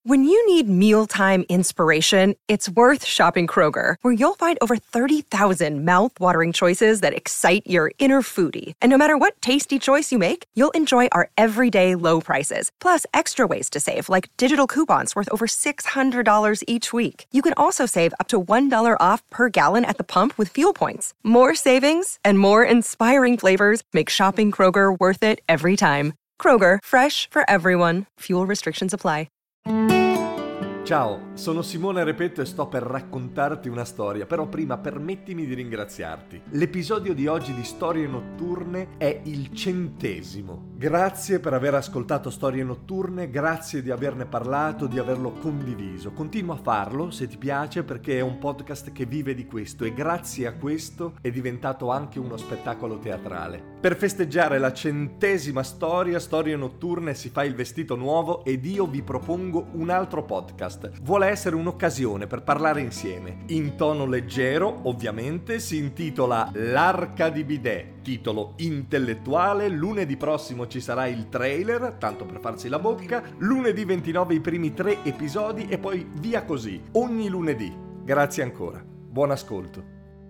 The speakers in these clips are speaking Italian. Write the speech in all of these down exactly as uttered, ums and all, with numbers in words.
When you need mealtime inspiration, it's worth shopping Kroger, where you'll find over thirty thousand mouth-watering choices that excite your inner foodie. And no matter what tasty choice you make, you'll enjoy our everyday low prices, plus extra ways to save, like digital coupons worth over six hundred dollars each week. You can also save up to one dollar off per gallon at the pump with fuel points. More savings and more inspiring flavors make shopping Kroger worth it every time. Kroger, fresh for everyone. Fuel restrictions apply. Ciao, sono Simone Repetto e sto per raccontarti una storia, però prima permettimi di ringraziarti. L'episodio di oggi di Storie Notturne è il centesimo. Grazie per aver ascoltato Storie Notturne, grazie di averne parlato, di averlo condiviso. Continua a farlo se ti piace, perché è un podcast che vive di questo e grazie a questo è diventato anche uno spettacolo teatrale. Per festeggiare la centesima storia, Storie Notturne si fa il vestito nuovo ed io vi propongo un altro podcast. Vuole essere un'occasione per parlare insieme. In tono leggero, ovviamente, si intitola L'arca di Bidet. Titolo intellettuale, lunedì prossimo ci sarà il trailer, tanto per farsi la bocca, lunedì ventinove i primi tre episodi e poi via così, ogni lunedì. Grazie ancora. Buon ascolto.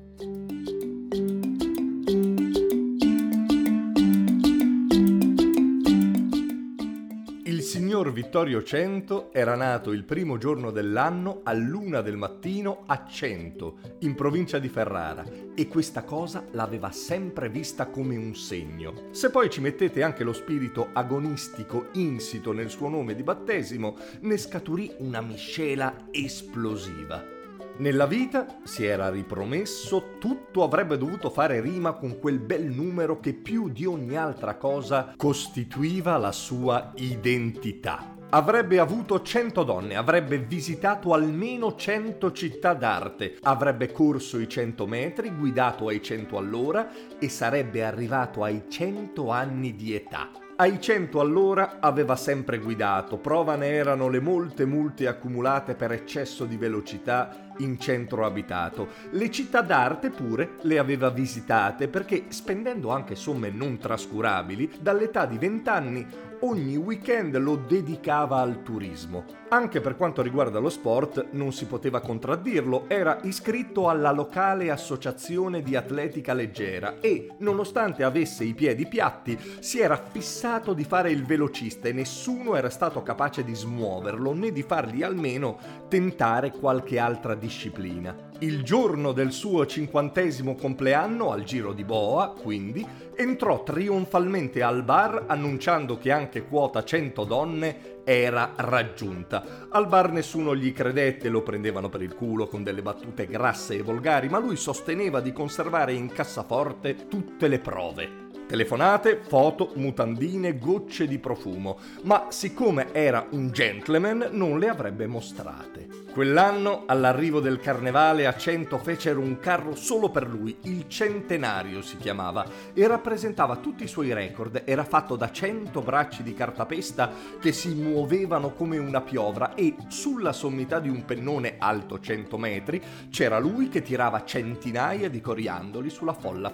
Il signor Vittorio Cento era nato il primo giorno dell'anno all'una del mattino a Cento, in provincia di Ferrara, e questa cosa l'aveva sempre vista come un segno. Se poi ci mettete anche lo spirito agonistico insito nel suo nome di battesimo, ne scaturì una miscela esplosiva. Nella vita si era ripromesso tutto avrebbe dovuto fare rima con quel bel numero che più di ogni altra cosa costituiva la sua identità. Avrebbe avuto cento donne, avrebbe visitato almeno cento città d'arte, avrebbe corso i cento metri, guidato ai cento all'ora e sarebbe arrivato ai cento anni di età. Ai cento all'ora aveva sempre guidato, prova ne erano le molte multe accumulate per eccesso di velocità in centro abitato. Le città d'arte pure le aveva visitate perché, spendendo anche somme non trascurabili, dall'età di vent'anni ogni weekend lo dedicava al turismo. Anche per quanto riguarda lo sport non si poteva contraddirlo, era iscritto alla locale associazione di atletica leggera e, nonostante avesse i piedi piatti, si era fissato di fare il velocista e nessuno era stato capace di smuoverlo né di fargli almeno tentare qualche altra disciplina. Il giorno del suo cinquantesimo compleanno, al Giro di Boa, quindi, entrò trionfalmente al bar annunciando che anche quota cento donne era raggiunta. Al bar nessuno gli credette, lo prendevano per il culo con delle battute grasse e volgari, ma lui sosteneva di conservare in cassaforte tutte le prove. Telefonate, foto, mutandine, gocce di profumo, ma siccome era un gentleman non le avrebbe mostrate. Quell'anno, all'arrivo del carnevale, a Cento fecero un carro solo per lui, il Centenario si chiamava, e rappresentava tutti i suoi record. Era fatto da cento bracci di cartapesta che si muovevano come una piovra e sulla sommità di un pennone alto cento metri c'era lui che tirava centinaia di coriandoli sulla folla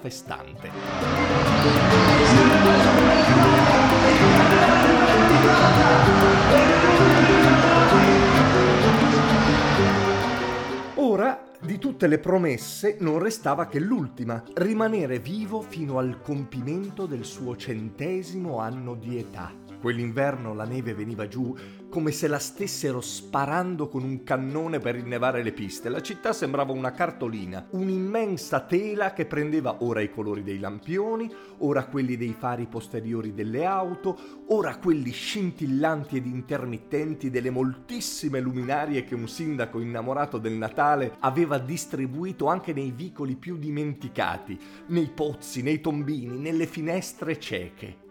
festante. Ora, di tutte le promesse non restava che l'ultima, rimanere vivo fino al compimento del suo centesimo anno di età. Quell'inverno la neve veniva giù come se la stessero sparando con un cannone per innevare le piste. La città sembrava una cartolina, un'immensa tela che prendeva ora i colori dei lampioni, ora quelli dei fari posteriori delle auto, ora quelli scintillanti ed intermittenti delle moltissime luminarie che un sindaco innamorato del Natale aveva distribuito anche nei vicoli più dimenticati, nei pozzi, nei tombini, nelle finestre cieche.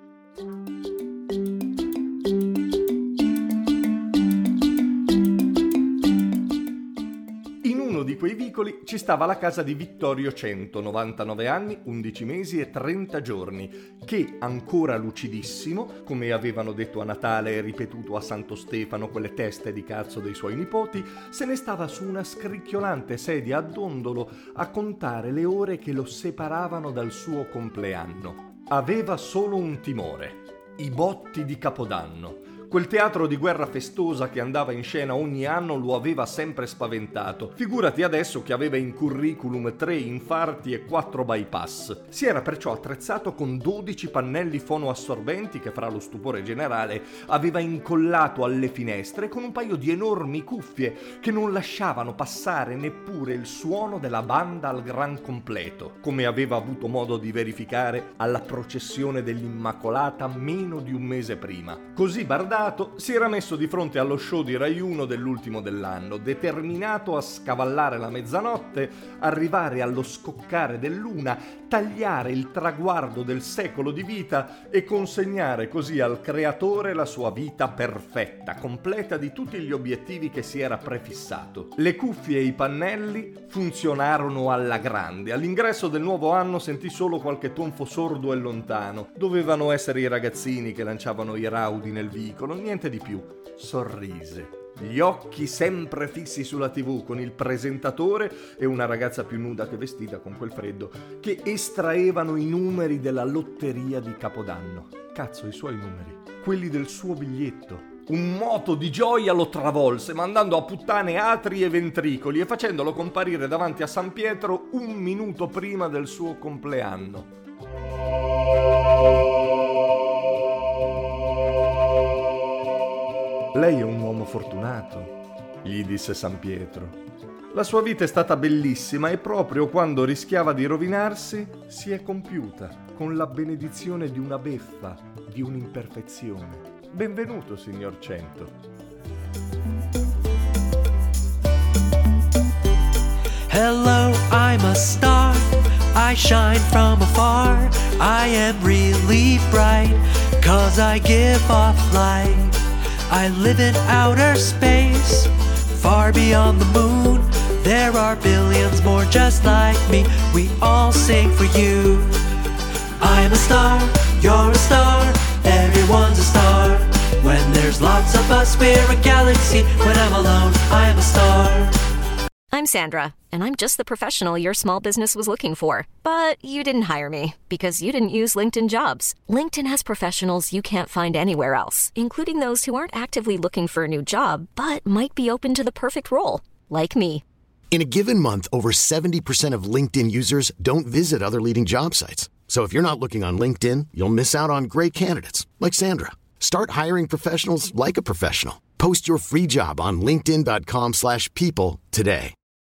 Di quei vicoli ci stava la casa di Vittorio Cento, novantanove anni, undici mesi e trenta giorni, che, ancora lucidissimo, come avevano detto a Natale e ripetuto a Santo Stefano quelle teste di cazzo dei suoi nipoti, se ne stava su una scricchiolante sedia a dondolo a contare le ore che lo separavano dal suo compleanno. Aveva solo un timore: i botti di Capodanno. Quel teatro di guerra festosa che andava in scena ogni anno lo aveva sempre spaventato. Figurati adesso che aveva in curriculum tre infarti e quattro bypass. Si era perciò attrezzato con dodici pannelli fonoassorbenti che, fra lo stupore generale, aveva incollato alle finestre con un paio di enormi cuffie che non lasciavano passare neppure il suono della banda al gran completo, come aveva avuto modo di verificare alla processione dell'Immacolata meno di un mese prima. Così bardato, si era messo di fronte allo show di Rai uno dell'ultimo dell'anno, determinato a scavallare la mezzanotte, arrivare allo scoccare del luna, tagliare il traguardo del secolo di vita e consegnare così al creatore la sua vita perfetta, completa di tutti gli obiettivi che si era prefissato. Le cuffie e i pannelli funzionarono alla grande. All'ingresso del nuovo anno sentì solo qualche tonfo sordo e lontano. Dovevano essere i ragazzini che lanciavano i raudi nel vicolo, niente di più. Sorrise. Gli occhi sempre fissi sulla tivù, con il presentatore e una ragazza più nuda che vestita con quel freddo, che estraevano i numeri della lotteria di Capodanno. Cazzo, i suoi numeri. Quelli del suo biglietto. Un moto di gioia lo travolse, mandando a puttane atri e ventricoli e facendolo comparire davanti a San Pietro un minuto prima del suo compleanno. Lei è un uomo fortunato, gli disse San Pietro. La sua vita è stata bellissima e proprio quando rischiava di rovinarsi si è compiuta, con la benedizione di una beffa, di un'imperfezione. Benvenuto, signor Cento. Hello, I'm a star. I shine from afar. I am really bright, 'cause I give off light. I live in outer space, far beyond the moon. There are billions more just like me. We all sing for you. I'm a star, you're a star, everyone's a star. When there's lots of us, we're a galaxy. When I'm alone, I'm a star. I'm Sandra, and I'm just the professional your small business was looking for. But you didn't hire me because you didn't use LinkedIn Jobs. LinkedIn has professionals you can't find anywhere else, including those who aren't actively looking for a new job, but might be open to the perfect role, like me. In a given month, over seventy percent of LinkedIn users don't visit other leading job sites. So if you're not looking on LinkedIn, you'll miss out on great candidates, like Sandra. Start hiring professionals like a professional. Post your free job on linkedin dot com slash people today.